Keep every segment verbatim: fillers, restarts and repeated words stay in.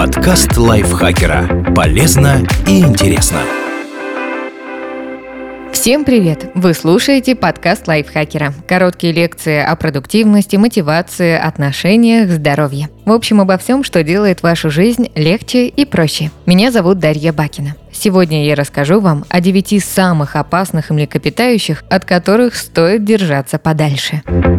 Подкаст лайфхакера. Полезно и интересно. Всем привет! Вы слушаете подкаст лайфхакера. Короткие лекции о продуктивности, мотивации, отношениях, здоровье. В общем, обо всем, что делает вашу жизнь легче и проще. Меня зовут Дарья Бакина. Сегодня я расскажу вам о девяти самых опасных млекопитающих, от которых стоит держаться подальше.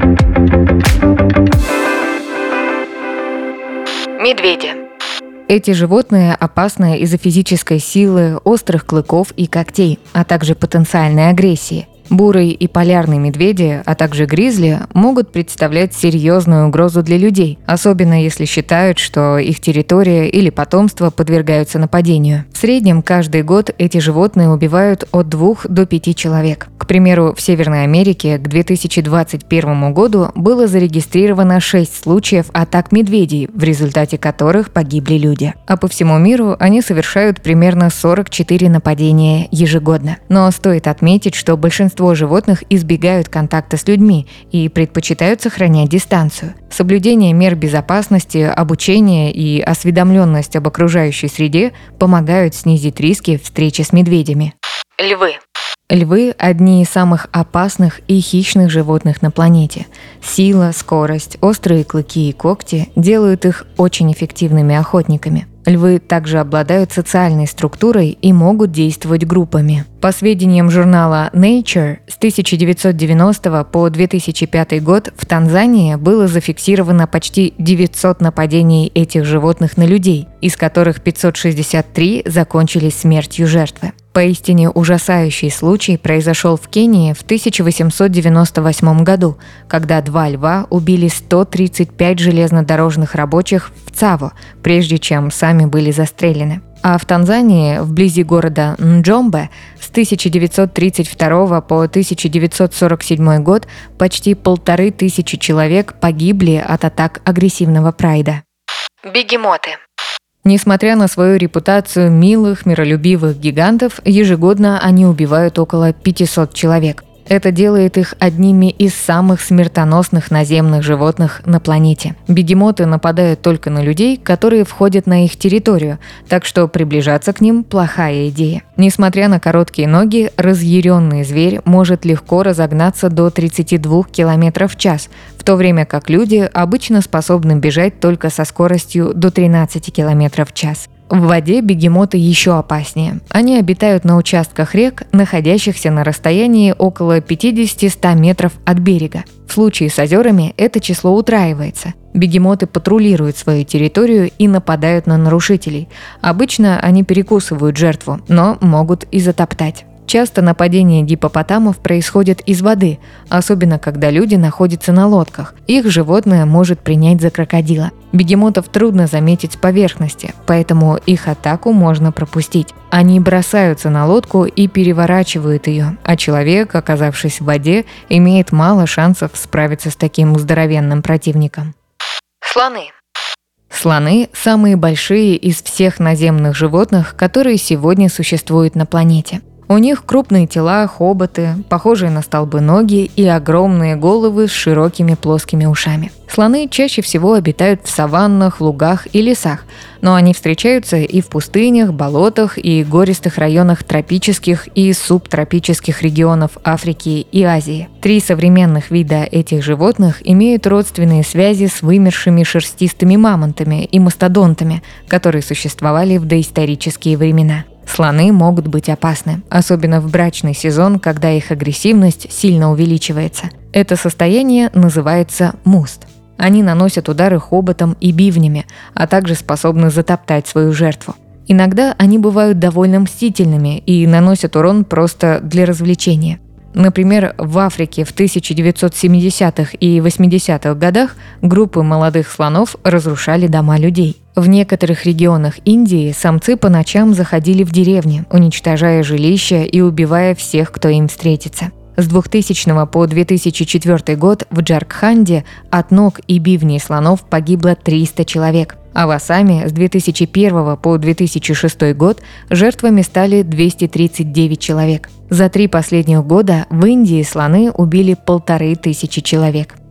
Медведи. Эти животные опасны из-за физической силы, острых клыков и когтей, а также потенциальной агрессии. Бурый и полярный медведи, а также гризли могут представлять серьезную угрозу для людей, особенно если считают, что их территория или потомство подвергаются нападению. В среднем каждый год эти животные убивают от двух до пяти человек. К примеру, в Северной Америке к две тысячи двадцать первому году было зарегистрировано шесть случаев атак медведей, в результате которых погибли люди. А по всему миру они совершают примерно сорок четыре нападения ежегодно. Но стоит отметить, что большинство Большинство животных избегают контакта с людьми и предпочитают сохранять дистанцию. Соблюдение мер безопасности, обучение и осведомленность об окружающей среде помогают снизить риски встречи с медведями. Львы. Львы – одни из самых опасных и хищных животных на планете. Сила, скорость, острые клыки и когти делают их очень эффективными охотниками. Львы также обладают социальной структурой и могут действовать группами. По сведениям журнала Nature, с тысяча девятьсот девяностого по две тысячи пятый год в Танзании было зафиксировано почти девятьсот нападений этих животных на людей, из которых пятьсот шестьдесят три закончились смертью жертвы. Поистине ужасающий случай произошел в Кении в тысяча восемьсот девяносто восьмом году, когда два льва убили сто тридцать пять железнодорожных рабочих в Цаво, прежде чем сами были застрелены. А в Танзании, вблизи города Нджомбе, с тысяча девятьсот тридцать второго по тысяча девятьсот сорок седьмой год почти полторы тысячи человек погибли от атак агрессивного прайда. Бегемоты. Несмотря на свою репутацию милых, миролюбивых гигантов, ежегодно они убивают около пятисот человек. Это делает их одними из самых смертоносных наземных животных на планете. Бегемоты нападают только на людей, которые входят на их территорию, так что приближаться к ним – плохая идея. Несмотря на короткие ноги, разъяренный зверь может легко разогнаться до тридцати двух километров в час, в то время как люди обычно способны бежать только со скоростью до тринадцати километров в час. В воде бегемоты еще опаснее. Они обитают на участках рек, находящихся на расстоянии около пятьдесят-сто метров от берега. В случае с озерами это число утраивается. Бегемоты патрулируют свою территорию и нападают на нарушителей. Обычно они перекусывают жертву, но могут и затоптать. Часто нападения гиппопотамов происходят из воды, особенно когда люди находятся на лодках. Их животное может принять за крокодила. Бегемотов трудно заметить с поверхности, поэтому их атаку можно пропустить. Они бросаются на лодку и переворачивают ее, а человек, оказавшись в воде, имеет мало шансов справиться с таким здоровенным противником. Слоны. Слоны – самые большие из всех наземных животных, которые сегодня существуют на планете. У них крупные тела, хоботы, похожие на столбы ноги и огромные головы с широкими плоскими ушами. Слоны чаще всего обитают в саваннах, лугах и лесах, но они встречаются и в пустынях, болотах и гористых районах тропических и субтропических регионов Африки и Азии. Три современных вида этих животных имеют родственные связи с вымершими шерстистыми мамонтами и мастодонтами, которые существовали в доисторические времена. Слоны могут быть опасны, особенно в брачный сезон, когда их агрессивность сильно увеличивается. Это состояние называется муст. Они наносят удары хоботом и бивнями, а также способны затоптать свою жертву. Иногда они бывают довольно мстительными и наносят урон просто для развлечения. Например, в Африке в тысяча девятьсот семидесятых и восьмидесятых годах группы молодых слонов разрушали дома людей. В некоторых регионах Индии самцы по ночам заходили в деревни, уничтожая жилища и убивая всех, кто им встретится. С двухтысячного по две тысячи четвёртый год в Джаркханде от ног и бивней слонов погибло триста человек, а в Ассаме с две тысячи первого по две тысячи шестой год жертвами стали двести тридцать девять человек. За три последних года в Индии слоны убили полторы тысячи человек.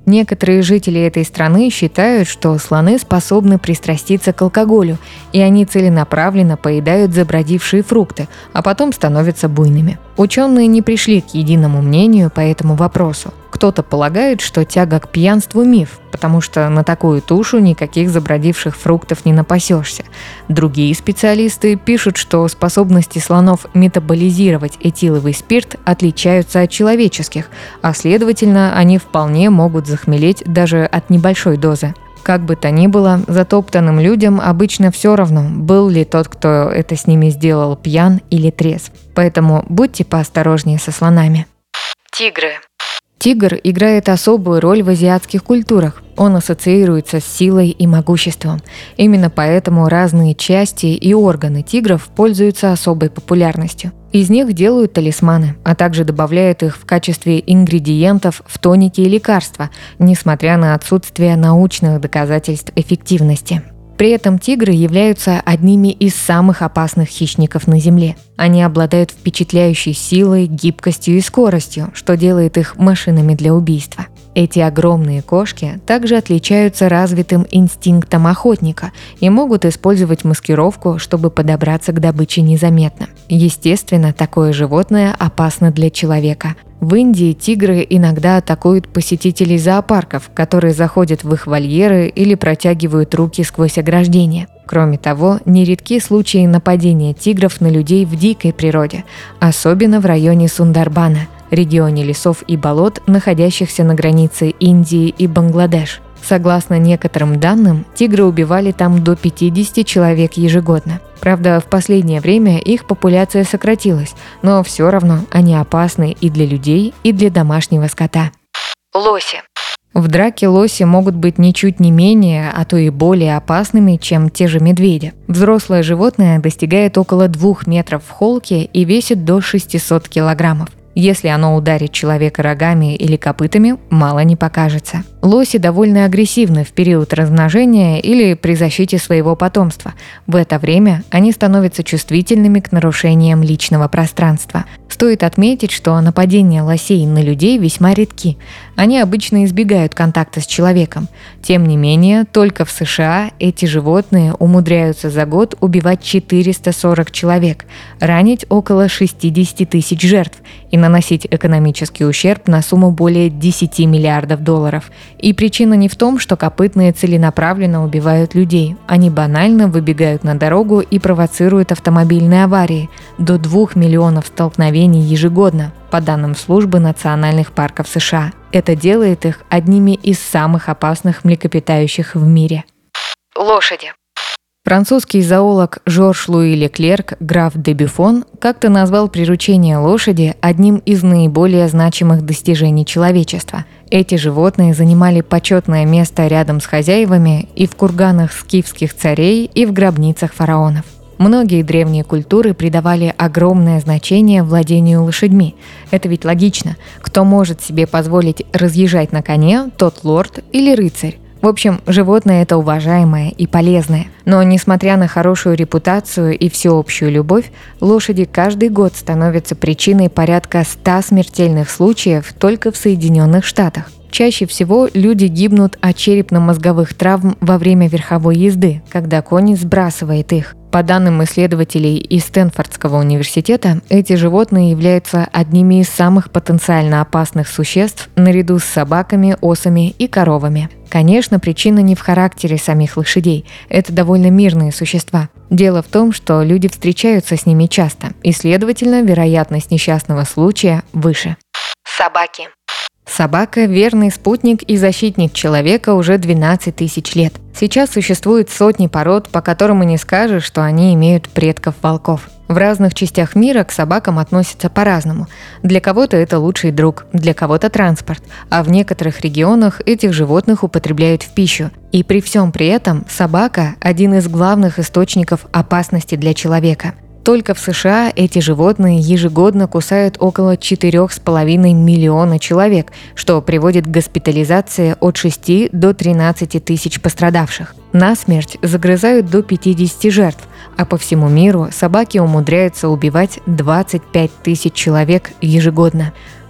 Некоторые жители этой страны считают, что слоны способны пристраститься к алкоголю, и они целенаправленно поедают забродившие фрукты, а потом становятся буйными. Ученые не пришли к единому мнению по этому вопросу. Кто-то полагает, что тяга к пьянству – миф, потому что на такую тушу никаких забродивших фруктов не напасешься. Другие специалисты пишут, что способности слонов метаболизировать этиловый спирт отличаются от человеческих, а следовательно, они вполне могут захмелеть даже от небольшой дозы. Как бы то ни было, затоптанным людям обычно все равно, был ли тот, кто это с ними сделал, пьян или трезв. Поэтому будьте поосторожнее со слонами. Тигры. Тигр играет особую роль в азиатских культурах. Он ассоциируется с силой и могуществом. Именно поэтому разные части и органы тигров пользуются особой популярностью. Из них делают талисманы, а также добавляют их в качестве ингредиентов в тоники и лекарства, несмотря на отсутствие научных доказательств эффективности. При этом тигры являются одними из самых опасных хищников на Земле. Они обладают впечатляющей силой, гибкостью и скоростью, что делает их машинами для убийства. Эти огромные кошки также отличаются развитым инстинктом охотника и могут использовать маскировку, чтобы подобраться к добыче незаметно. Естественно, такое животное опасно для человека. В Индии тигры иногда атакуют посетителей зоопарков, которые заходят в их вольеры или протягивают руки сквозь ограждения. Кроме того, нередки случаи нападения тигров на людей в дикой природе, особенно в районе Сундарбана, регионе лесов и болот, находящихся на границе Индии и Бангладеш. Согласно некоторым данным, тигры убивали там до пятьдесят человек ежегодно. Правда, в последнее время их популяция сократилась, но все равно они опасны и для людей, и для домашнего скота. Лоси. В драке лоси могут быть ничуть не менее, а то и более опасными, чем те же медведи. Взрослое животное достигает около двух метров в холке и весит до шестисот килограммов. Если оно ударит человека рогами или копытами, мало не покажется. Лоси довольно агрессивны в период размножения или при защите своего потомства. В это время они становятся чувствительными к нарушениям личного пространства. Стоит отметить, что нападения лосей на людей весьма редки. Они обычно избегают контакта с человеком. Тем не менее, только в США эти животные умудряются за год убивать четыреста сорок человек, ранить около шестьдесят тысяч жертв и наносить экономический ущерб на сумму более десять миллиардов долларов. И причина не в том, что копытные целенаправленно убивают людей. Они банально выбегают на дорогу и провоцируют автомобильные аварии. До двух миллионов столкновений ежегодно, по данным службы национальных парков США. Это делает их одними из самых опасных млекопитающих в мире. Лошади. Французский зоолог Жорж Луи Леклерк, граф де Бюфон, как-то назвал приручение лошади одним из наиболее значимых достижений человечества. Эти животные занимали почетное место рядом с хозяевами и в курганах скифских царей, и в гробницах фараонов. Многие древние культуры придавали огромное значение владению лошадьми. Это ведь логично. Кто может себе позволить разъезжать на коне, тот лорд или рыцарь. В общем, животное это уважаемое и полезное. Но несмотря на хорошую репутацию и всеобщую любовь, лошади каждый год становятся причиной порядка ста смертельных случаев только в Соединенных Штатах. Чаще всего люди гибнут от черепно-мозговых травм во время верховой езды, когда конь сбрасывает их. По данным исследователей из Стэнфордского университета, эти животные являются одними из самых потенциально опасных существ наряду с собаками, осами и коровами. Конечно, причина не в характере самих лошадей. Это довольно мирные существа. Дело в том, что люди встречаются с ними часто, и, следовательно, вероятность несчастного случая выше. Собаки. Собака – верный спутник и защитник человека уже двенадцать тысяч лет. Сейчас существует сотни пород, по которым и не скажешь, что они имеют предков волков. В разных частях мира к собакам относятся по-разному. Для кого-то это лучший друг, для кого-то транспорт, а в некоторых регионах этих животных употребляют в пищу. И при всем при этом собака – один из главных источников опасности для человека. Только в США эти животные ежегодно кусают около четыре с половиной миллиона человек, что приводит к госпитализации от шести до тринадцати тысяч пострадавших. Насмерть загрызают до пятидесяти жертв, а по всему миру собаки умудряются убивать двадцать пять тысяч человек ежегодно.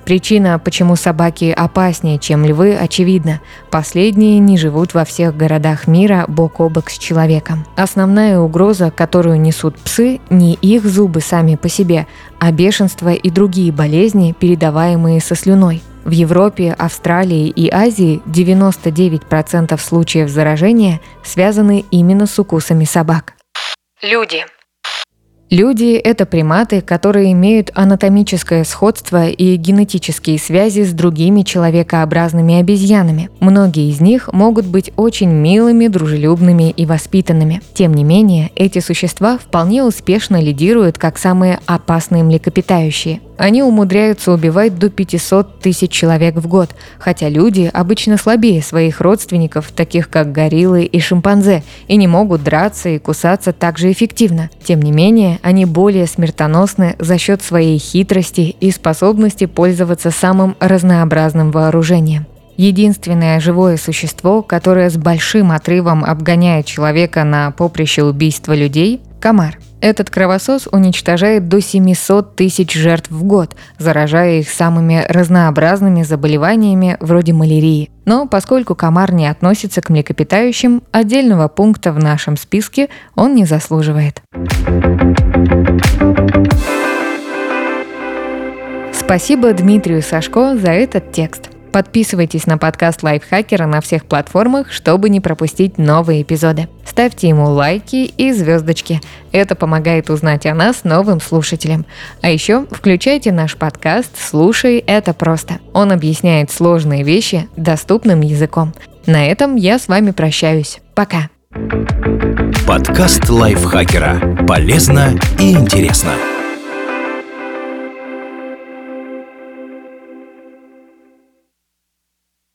Причина, почему собаки опаснее, чем львы, очевидна. Последние не живут во всех городах мира бок о бок с человеком. Основная угроза, которую несут псы, не их зубы сами по себе, а бешенство и другие болезни, передаваемые со слюной. В Европе, Австралии и Азии девяносто девять процентов случаев заражения связаны именно с укусами собак. Люди. Люди – это приматы, которые имеют анатомическое сходство и генетические связи с другими человекообразными обезьянами. Многие из них могут быть очень милыми, дружелюбными и воспитанными. Тем не менее, эти существа вполне успешно лидируют как самые опасные млекопитающие. Они умудряются убивать до пятьсот тысяч человек в год, хотя люди обычно слабее своих родственников, таких как гориллы и шимпанзе, и не могут драться и кусаться так же эффективно. Тем не менее, они более смертоносны за счет своей хитрости и способности пользоваться самым разнообразным вооружением. Единственное живое существо, которое с большим отрывом обгоняет человека на поприще убийства людей – комар. Этот кровосос уничтожает до семьсот тысяч жертв в год, заражая их самыми разнообразными заболеваниями вроде малярии. Но поскольку комар не относится к млекопитающим, отдельного пункта в нашем списке он не заслуживает. Спасибо Дмитрию Сашко за этот текст. Подписывайтесь на подкаст Лайфхакера на всех платформах, чтобы не пропустить новые эпизоды. Ставьте ему лайки и звездочки. Это помогает узнать о нас новым слушателям. А еще включайте наш подкаст «Слушай, это просто». Он объясняет сложные вещи доступным языком. На этом я с вами прощаюсь. Пока. Подкаст Лайфхакера. Полезно и интересно.